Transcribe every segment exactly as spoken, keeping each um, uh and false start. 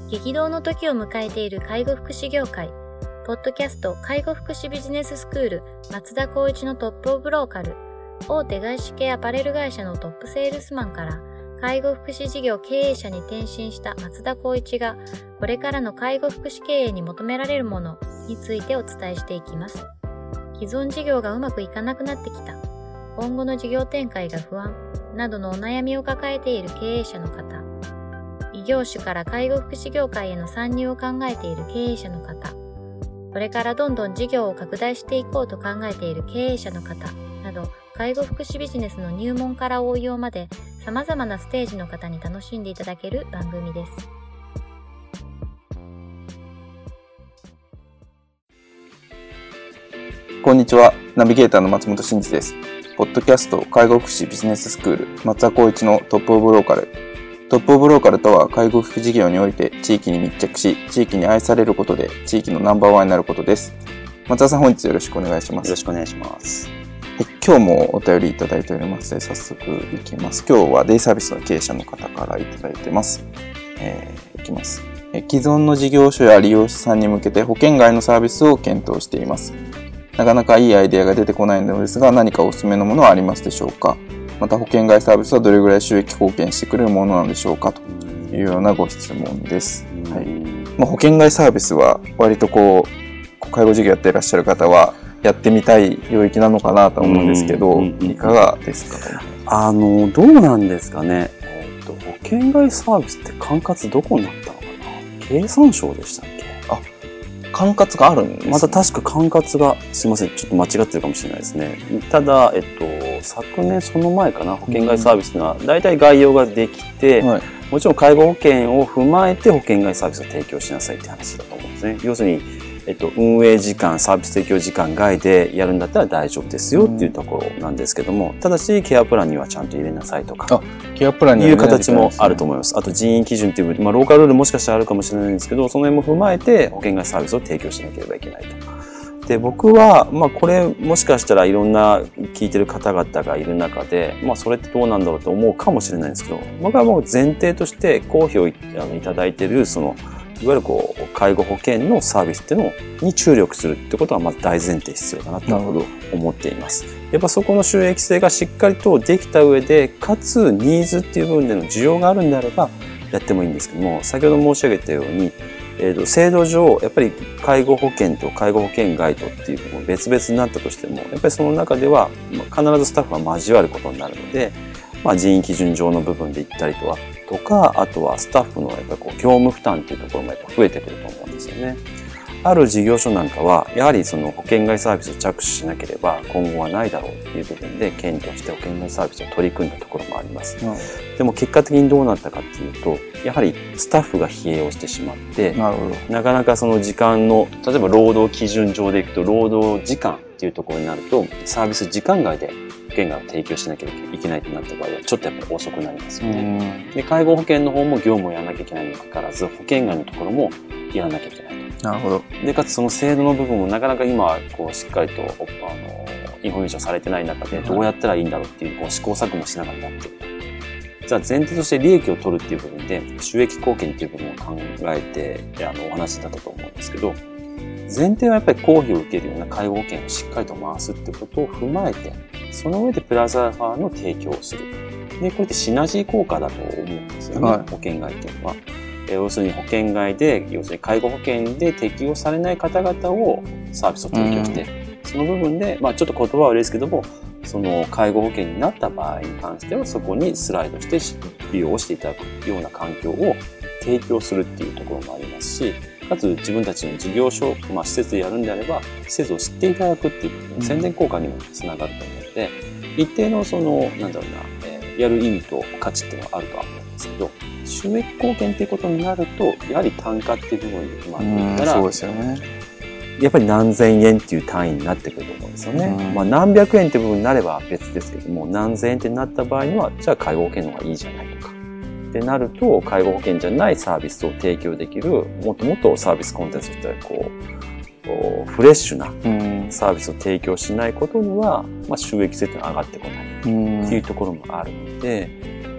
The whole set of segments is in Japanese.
激動の時を迎えている介護福祉業界、ポッドキャスト介護福祉ビジネススクール松田光一のトップオブローカル、大手外資系アパレル会社のトップセールスマンから介護福祉事業経営者に転身した松田光一が、これからの介護福祉経営に求められるものについてお伝えしていきます。既存事業がうまくいかなくなってきた、今後の事業展開が不安などのお悩みを抱えている経営者の方、異業種から介護福祉業界への参入を考えている経営者の方、これからどんどん事業を拡大していこうと考えている経営者の方など、介護福祉ビジネスの入門から応用まで様々なステージの方に楽しんでいただける番組です。 こんにちは、ナビゲーターの松本真嗣です。ポッドキャスト介護福祉ビジネススクール松田光一のトップオブローカル。トップオブローカルとは、介護福祉事業において地域に密着し、地域に愛されることで地域のナンバーワンになることです。松田さん、本日よろしくお願いします。 よろしくお願いします。 はい、今日もお便りいただいておりますので、早速いきます。今日はデイサービスの経営者の方からいただいてます。えー、いきます。え既存の事業所や利用者さんに向けて保険外のサービスを検討しています。なかなかいいアイデアが出てこないのですが、何かおすすめのものはありますでしょうか。また保険外サービスはどれぐらい収益貢献してくれるものなんでしょうか、というようなご質問です。はい。まあ、保険外サービスは割とこう介護事業やっていらっしゃる方はやってみたい領域なのかなと思うんですけど、いかがですか。 あのどうなんですかね。えっと保険外サービスって管轄どこになったのかな。経産省でしたっけ。 あ、管轄があるんですね。 また確か管轄が、すいません、ちょっと間違ってるかもしれないですね。ただ、えっと、昨年その前かな、保険外サービスのは大体概要ができて、はい、もちろん介護保険を踏まえて保険外サービスを提供しなさいって話だと思うんですね。要するに、えっと、運営時間、サービス提供時間外でやるんだったら大丈夫ですよっていうところなんですけども、ただしケアプランにはちゃんと入れなさいとか、 あ、ケアプランにいう形もあると思います。あと人員基準っていう、まあ、ローカルルールもしかしたらあるかもしれないんですけど、その辺も踏まえて保険外サービスを提供しなければいけないと。で、僕は、まあ、これもしかしたらいろんな聞いてる方々がいる中で、まあ、それってどうなんだろうと思うかもしれないんですけど、僕はもう前提として公表いただいているそのいわゆるこう介護保険のサービスっていうのに注力するってことはまず大前提必要だなと思っています。やっぱそこの収益性がしっかりとできた上で、かつニーズっていう部分での需要があるんであればやってもいいんですけども、先ほど申し上げたように、えーと、制度上やっぱり介護保険と介護保険外とっていう部分別々になったとしても、やっぱりその中では必ずスタッフが交わることになるので、まあ、人員基準上の部分で言ったりとはとか、あとはスタッフのやっぱりこう業務負担っていうところもやっぱ増えてくると思うんですよね。ある事業所なんかはやはりその保険外サービスを着手しなければ今後はないだろうっていう部分で検討して保険外サービスを取り組んだところもあります。うん、でも結果的にどうなったかっていうと、やはりスタッフが疲弊をしてしまって、なるほど、なかなかその時間の、例えば労働基準上でいくと労働時間っていうところになるとサービス時間外で保険外を提供しなきゃいけないとなった場合はちょっとやっぱり遅くなりますよね。で、介護保険の方も業務をやらなきゃいけないにもかかわらず保険外のところもやらなきゃいけないと。 なるほど。 で、かつその制度の部分もなかなか今はこうしっかりとあのインフォメーションされてない中でどうやったらいいんだろうっていうこう試行錯誤しながらやっている。じゃあ前提として利益を取るっていう部分で収益貢献っていう部分を考えてあのお話だったと思うんですけど、前提はやっぱり公費を受けるような介護保険をしっかりと回すってことを踏まえて、その上でプラスアルファの提供をする。で、こうやってシナジー効果だと思うんですよね、はい、保険外っていうのは。要するに保険外で、要するに介護保険で適用されない方々をサービスを提供して、うん、その部分で、まあちょっと言葉は悪いですけども、その介護保険になった場合に関してはそこにスライドして利用していただくような環境を提供するっていうところもありますし、かつ自分たちの事業所、まあ施設でやるんであれば、施設を知っていただくっていう、宣伝効果にもつながると思うので、一定のその、なんだろうな、えー、やる意味と価値っていうのはあるとは思うんですけど、収益貢献っていうことになると、やはり単価っていう部分に決まっていったら、 そうですよね。 やっぱり何千円っていう単位になってくると思うんですよね。まあ何百円っていう部分になれば別ですけども、何千円ってなった場合には、じゃあ介護保険の方がいいじゃないとか。ってなると、介護保険じゃないサービスを提供できる、もっともっとサービスコンテンツとしてこう、フレッシュなサービスを提供しないことには、まあ、収益性って上がってこないっていうところもあるので、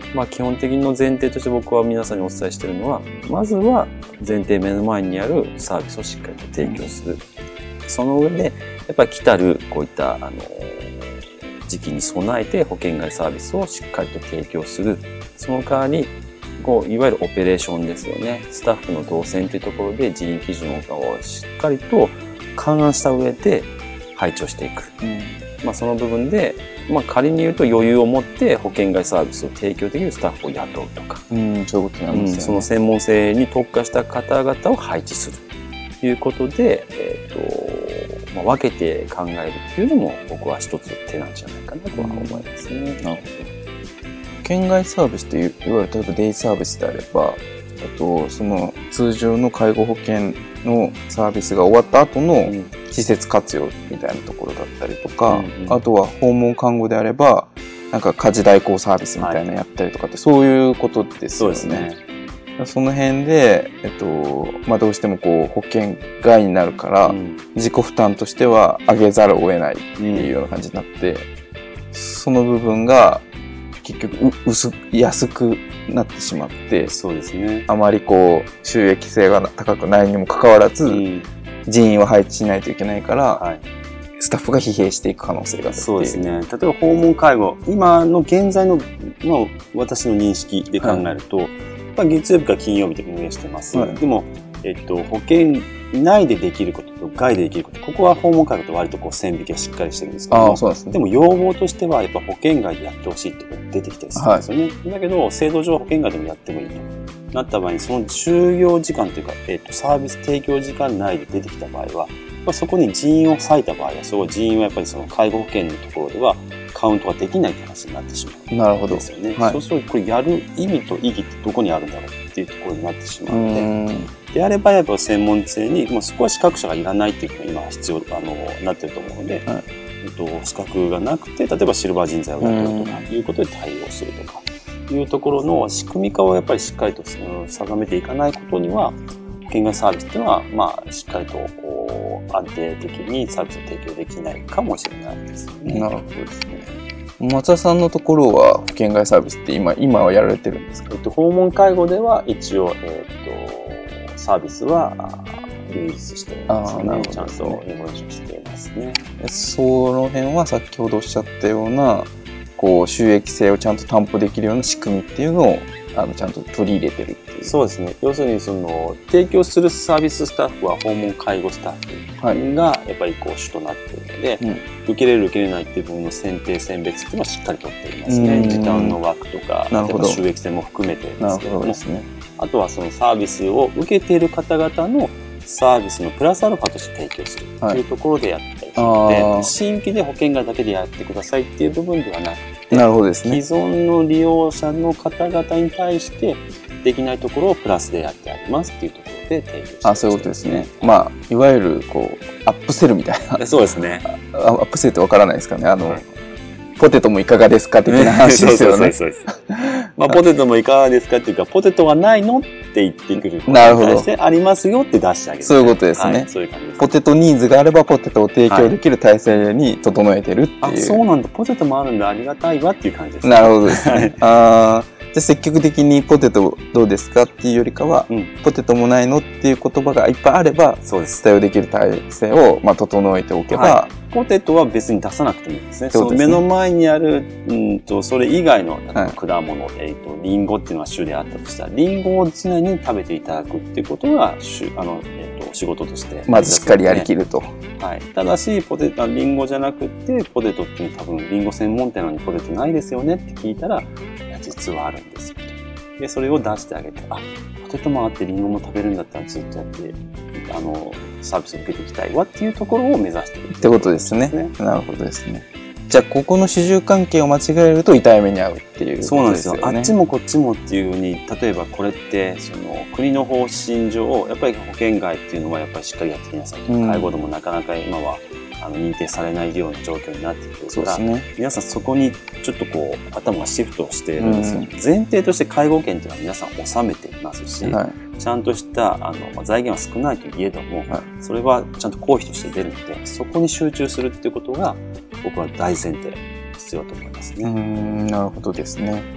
まあ基本的の前提として僕は皆さんにお伝えしているのは、まずは前提目の前にあるサービスをしっかりと提供する。その上で、やっぱり来たるこういったあの時期に備えて保険外サービスをしっかりと提供する。その代わり、こういわゆるオペレーションですよね。スタッフの動線というところで人員基準をしっかりと勘案した上で配置をしていく。うん、まあその部分で、まあ仮に言うと余裕を持って保険外サービスを提供できるスタッフを雇うとか。 うん、そういうことなんですね。 うん、その専門性に特化した方々を配置するということで、えっと、まあ、分けて考えるっていうのも僕は一つ手なんじゃないかなとは思いますね。うん、なるほど。 保険外サービスといういわゆる例えばデイサービスであれば、えっと、その通常の介護保険のサービスが終わった後の施設活用みたいなところだったりとか、うんうん、あとは訪問看護であればなんか家事代行サービスみたいなのやったりとかって、はい、そういうことですよね。そうですね。その辺で、えっとまあ、どうしてもこう保険外になるから、うん、自己負担としては上げざるを得ないっていうような感じになって、うん、その部分が結局薄安くなってしまって、 そうですね。 あまりこう収益性が高くないにもかかわらず、うん、人員を配置しないといけないから、はい、スタッフが疲弊していく可能性があるっていう。 そうですね。例えば訪問介護、今の現在の、まあ、私の認識で考えると、はい、まあ、月曜日から金曜日で運営してます。はい、でも、えっと、保険内でできることと外でできること、ここは訪問介護と割とこう線引きがしっかりしてるんですけども、 あ、そうですね、 でも要望としてはやっぱ保険外でやってほしいってことが出てきたりするんですよね。はい、だけど制度上保険外でもやってもいいとなった場合に、その就業時間というか、えっと、サービス提供時間内で出てきた場合は、まあ、そこに人員を割いた場合は、その人員はやっぱりその介護保険のところではカウントができないって話になってしまうんですよね。はい、そうするとこれやる意味と意義ってどこにあるんだろうっていうところになってしまうので、であればやっぱ専門性に、もうそこは資格者がいらないっていうのが今必要あのなってると思うので、はい、えっと、資格がなくて例えばシルバー人材を雇うとかいうことで対応するとかいうところの仕組み化をやっぱりしっかりと定めていかないことには、保険外サービスっていうのは、まあ、しっかりとこう安定的にサービスを提供できないかもしれないですよね。 なるほどですね。松田さんのところは保険外サービスって今今はやられてるんですか？ えっと、訪問介護では一応、えっと、サービスはリリースしていますね。ね、ちゃんとイノベーションしていますね。 その辺は先ほどおっしゃったようなこう収益性をちゃんと担保できるような仕組みっていうのをあのちゃんと取り入れてるっていう。 そうですね。要するにその提供するサービススタッフは訪問介護スタッフがやっぱりこう主となっているので、はい、うん、受けれる受けれないっていう部分の選定選別っていうのはしっかりとっていますね。時間の枠とか、例えば収益性も含めてですけども、ですね、あとはそのサービスを受けている方々のサービスのプラスアルファとして提供するっていうところでやったりするので、はい、新規で保険外だけでやってくださいっていう部分ではなくて、 なるほどですね、 既存の利用者の方々に対してできないところをプラスでやってありますっていうところで提供してます、ね。 あ、そういうことですね。まあいわゆるこうアップセルみたいな。 そうですね。 アップセルってわからないですかね。あの、はい、ポテトもいかがですか的な話ですよね。 そうそうそうそう。まあポテトもいかがですかっていうか、ポテトがないのって言ってくる。 なるほど。 対してありますよって出してあげる。 そういうことですね。はい、 そういう感じです。 ポテトニーズがあればポテトを提供できる体制に整えてるっていう。 あ、そうなんだ。ポテトもあるんだ。ありがたいわっていう感じです、ね。 なるほどですね。ああ。じゃあ積極的にポテトどうですかっていうよりかは、うん、ポテトもないのっていう言葉がいっぱいあれば、そうです。対応できる体制をまあ整えておけば、はい、 ポテトは別に出さなくてもいいですね。そうですね。その目の前にある、うんと、それ以外の果物、はい、えっと、リンゴっていうのが種であったとしたら、リンゴを常に食べていただくっていうことが、あの、えっと、仕事として、ね。 まずしっかりやりきると。 はい。ただし、ポテト、リンゴじゃなくて、ポテトっていうのは多分、リンゴ専門店なのにポテトないですよねって聞いたら、いや、実はあるんですよ。で、それを出してあげて、あ、ポテトもあってリンゴも食べるんだったらずっとやって、あの、サービスを受けていきたいわっていうところを目指しているってことですね。なるほどですね。じゃあ、ここの主従関係を間違えると痛い目に遭うっていうことですよね。 そうなんですよ。あっちもこっちもっていうふうに、例えばこれって、その、国の方針上、やっぱり保険外っていうのはやっぱりしっかりやってきなさいと。うん、介護でもなかなか今は、あの認定されないような状況になってくるから、ね、皆さんそこにちょっとこう頭がシフトしているんですよ、うん、前提として介護保険っていうのは皆さん納めていますし、はい、ちゃんとしたあの財源は少ないといえども、はい、それはちゃんと公費として出るのでそこに集中するっていうことが僕は大前提必要と思いますね。 うーん、なるほどですね。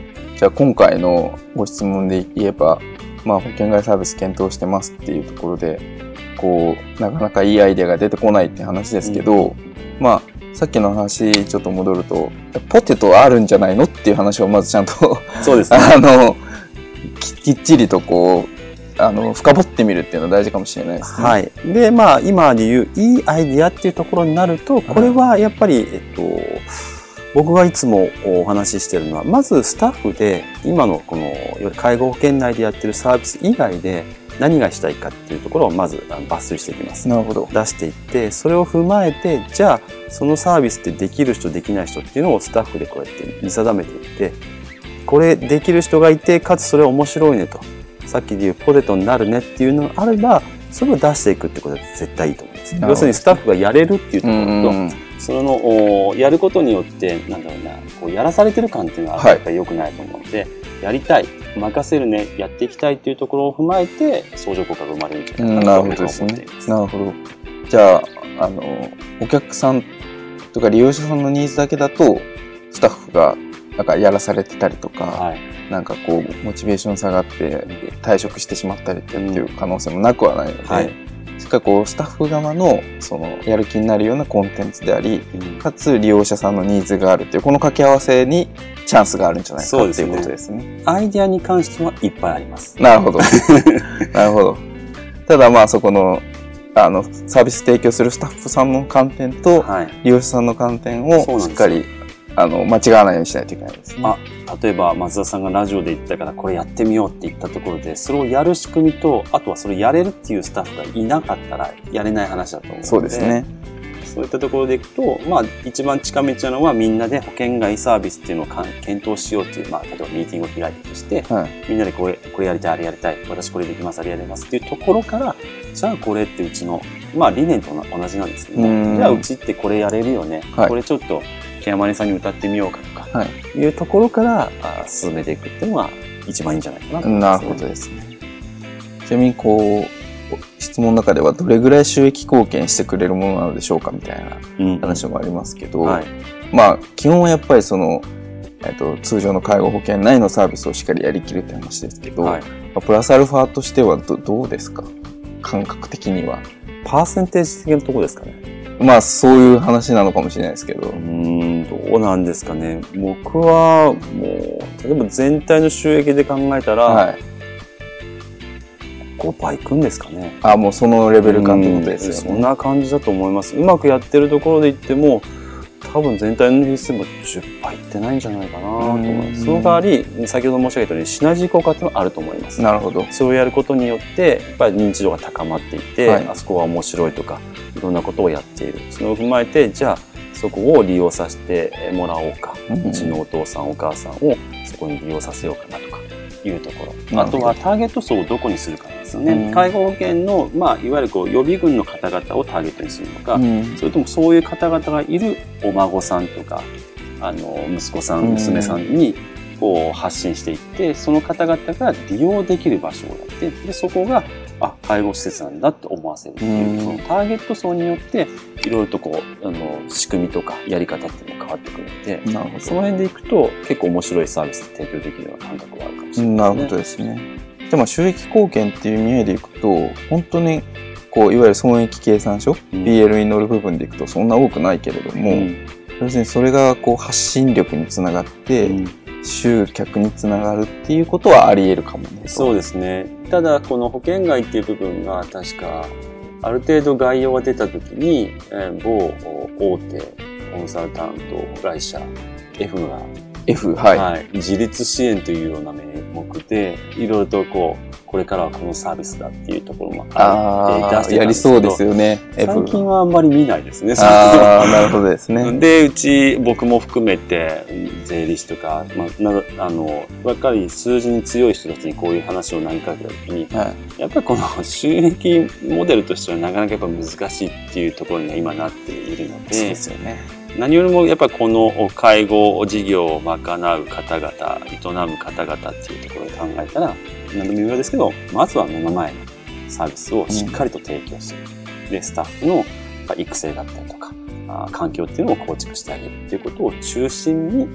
じゃあ今回のご質問で言えば、まあ、保険外サービス検討してますっていうところで、こう、なかなかいいアイデアが出てこないって話ですけど、うん、まあ、さっきの話ちょっと戻ると、ポテトあるんじゃないのっていう話をまずちゃんとそうですね。 あの、きっちりとこう、あの、深掘ってみるっていうのは大事かもしれないですね。 はい。で、まあ、今で言ういいアイデアっていうところになると、これはやっぱり、えっと、僕がいつもお話ししているのは、まずスタッフで、今のこの、いわゆる介護保険内でやってるサービス以外で、何がしたいかっていうところをまず抜粋していきます。 なるほど。 出していって、それを踏まえて、じゃあ、そのサービスってできる人、できない人っていうのをスタッフでこうやって見定めていって、これできる人がいて、かつそれ面白いねと。さっきで言うポテトになるねっていうのがあれば、それを出していくってことは絶対いいと思います。要するにスタッフがやれるっていうところと、うんうん、そのやることによってなんだろうな、こうやらされてる感っていうのはやっぱり良くないと思うので、はい、やりたい、任せるね、やっていきたいっていうところを踏まえて相乗効果が生まれるんじゃないかなと思っています。 なるほどですね。なるほど。じゃあ、あのお客さんとか利用者さんのニーズだけだとスタッフがなんかやらされてたりとか、はい、なんかこうモチベーション下がって退職してしまったりっていう可能性もなくはないので、はい、しっかりこうスタッフ側のそのやる気になるようなコンテンツであり、うん、かつ利用者さんのニーズがあるっていうこの掛け合わせにチャンスがあるんじゃないかっていうことですね。 アイディアに関してはいっぱいあります。 なるほど。なるほど。ただまあそこのあのサービス提供するスタッフさんの観点と、はい、利用者さんの観点をしっかりあの間違わないようにしないといけないですね。 あ、例えば松田さんがラジオで言ったからこれやってみようって言ったところで、それをやる仕組みと、あとはそれやれるっていうスタッフがいなかったらやれない話だと思うので、 そうですね。 そういったところでいくと、まあ一番近道なのはみんなで保険外サービスっていうのを検討しようっていう、まあ例えばミーティングを開いたとして、はい、みんなでこれこれやりたい、あれやりたい、私これできます、あれやりますっていうところから、じゃあこれってうちのまあ理念と同じなんですけど、ね、じゃあうちってこれやれるよね、はい、これちょっとケアマネさんに歌ってみようかとか、はい、いうところからあ進めていくっていうのが一番いいんじゃないかなと思います、ね。 なるほどですね。ちなみにこう質問の中ではどれぐらい収益貢献してくれるものなのでしょうかみたいな話もありますけど、うんはい、まあ基本はやっぱりその、えっと、通常の介護保険内のサービスをしっかりやりきるって話ですけど、はい、まあ、プラスアルファとしては ど, どうですか感覚的には。 パーセンテージ的なところですかね。 まあそういう話なのかもしれないですけど。 うーん、どうなんですかね。僕はもう例えば全体の収益で考えたら、はい、ごばいいくんですかね。 あ、もうそのレベル感ってことですよね。 そんな感じだと思います。うまくやってるところで言っても多分全体の比率でもじゅっぱいいってないんじゃないかなと思います。その代わり先ほど申し上げたようにシナジー効果っていうのはあると思います。 なるほど。 それをやることによってやっぱり認知度が高まっていて、はい、あそこが面白いとかいろんなことをやっている。それを踏まえてじゃあそこを利用させてもらおうか、うん、うちのお父さんお母さんをそこに利用させようかなとかいうところ。あとはターゲット層をどこにするかなんですよね。うん、介護保険の、まあ、いわゆるこう予備軍の方々をターゲットにするのか、うん、それともそういう方々がいるお孫さんとかあの息子さん娘さんにこう発信していって、その方々が利用できる場所をやって、でそこがあ介護施設なんだって思わせるっていう、そのターゲット層によっていろいろとこうあの仕組みとかやり方っていうのが変わってくるので、なるほど、その辺でいくと結構面白いサービス提供できるような感覚はあるかもしれないですね。 なるほどですね。でも収益貢献っていう意味合いでいくと本当にこういわゆる損益計算書、うん、ピーエル に乗る部分でいくとそんな多くないけれども、うん、要するにそれがこう発信力につながって、うん、集客につながるっていうことはあり得るかもね。 そうですね。ただこの保険外っていう部分が確かある程度概要が出たときに、えー、某大手コンサルタント会社 F が F、はいはい、自立支援というような名目でいろいろとこうこれからはこのサービスだっていうところもあって出してたんですけど、 やりそうですよね。 最近はあんまり見ないですね。 ああ、なるほどですね。 でうち僕も含めて税理士とか、まあ、なあのやっぱり数字に強い人たちにこういう話を投げかけた時に、はい、やっぱりこの収益モデルとしてはなかなかやっぱ難しいっていうところには今なっているので。 そうですよね。 何よりもやっぱりこの介護事業を賄う方々、営む方々っていうところを考えたら何でも言うですけど、まずは目の前のサービスをしっかりと提供する、うん、でスタッフの育成だったりとかあ環境っていうのを構築してあげるっていうことを中心に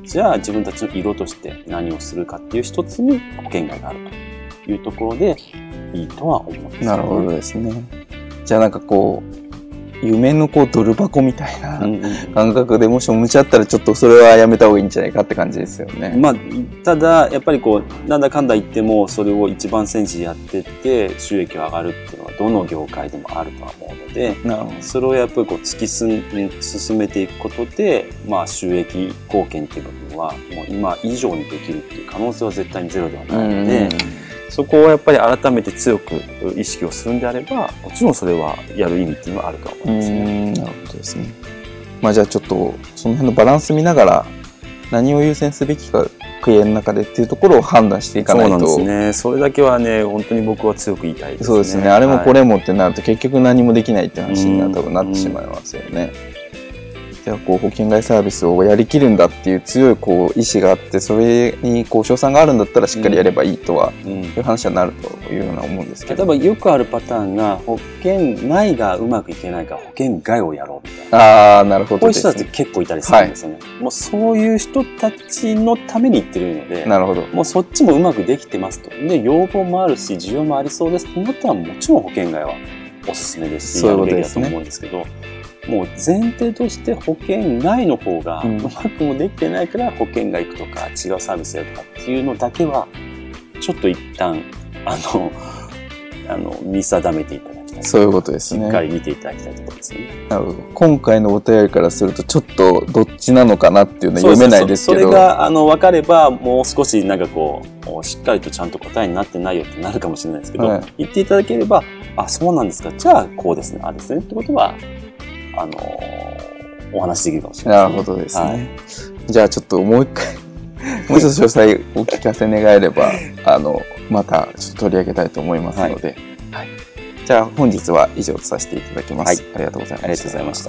じゃあ自分たちの色として何をするかっていう一つに保険外があるというところでいいとは思うんですね。 なるほどですね。じゃあなんかこう夢のこうドル箱みたいな感覚でもしもちあったらちょっとそれはやめた方がいいんじゃないかって感じですよね。 まあただやっぱりこうなんだかんだ言ってもそれを一番戦時でやってって収益が上がるっていうのはどの業界でもあるとは思うので、 なるほど。 それをやっぱりこう突き進めていくことで、まあ、収益貢献っていう部分はもう今以上にできるっていう可能性は絶対にゼロではないので、そこをやっぱり改めて強く意識をするんであれば、もちろんそれはやる意味っていうのはあると思いますね。 なるほどですね。まあじゃあちょっとその辺のバランス見ながら何を優先すべきか経営の中でっていうところを判断していかないと。 そうなんですね。それだけはね本当に僕は強く言いたいですね。 そうですね。あれもこれもってなると結局何もできないって話にな多分なってしまいますよね。じゃあこう保険外サービスをやりきるんだっていう強いこう意志があって、それにこう勝算があるんだったらしっかりやればいいとはいう話になるというような思うんですけど、 例えばよくあるパターンが保険内がうまくいけないから保険外をやろうみたいな。 ああ、なるほどですね。 こういう人たち結構いたりするんですよね。はい、もうそういう人たちのために言ってるので、 なるほど。 もうそっちもうまくできてますと。で要望もあるし需要もありそうですってなったらもちろん保険外はおすすめですし、 そういうことやるべですね。 きだと思うんですけど。もう前提として保険内の方がうまくもできてないから保険外行くとか違うサービスやるとかっていうのだけはちょっと一旦あのあの見定めていただきたい。 そういうことですね。 しっかり見ていただきたいところですね。 なるほど。今回のお便りからするとちょっとどっちなのかなっていうのは読めないですけど、 そうそうそう、それがあの分かればもう少しなんかこうしっかりとちゃんと答えになってないよってなるかもしれないですけど、はい、言っていただければあそうなんですか、じゃあこうですね、あですねってことはあのー、お話できるかもしれないですね。 なるほどですね。はい、じゃあちょっともう一回もうちょっと詳細お聞かせ願えればあのまたちょっと取り上げたいと思いますので、はいはい、じゃあ本日は以上とさせていただきます。はい、ありがとうございました。 ありがとうございました。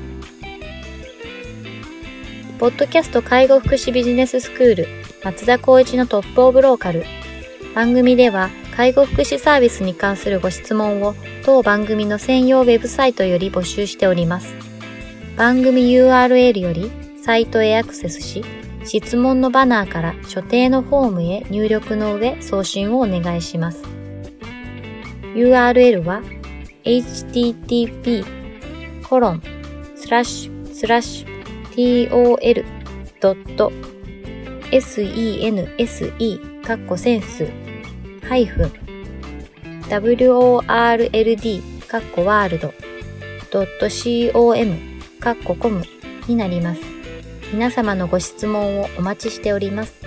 ポッドキャスト介護福祉ビジネススクール松田光一のトップオブローカル。番組では介護福祉サービスに関するご質問を当番組の専用ウェブサイトより募集しております。番組 ユーアールエル よりサイトへアクセスし、質問のバナーから所定のフォームへ入力の上送信をお願いします。ユーアールエル は エイチティーティーピーコロンスラッシュスラッシュ トルドットセンかっこセンスハイフン world かっこワールドドット com かっこコムになります。皆様のご質問をお待ちしております。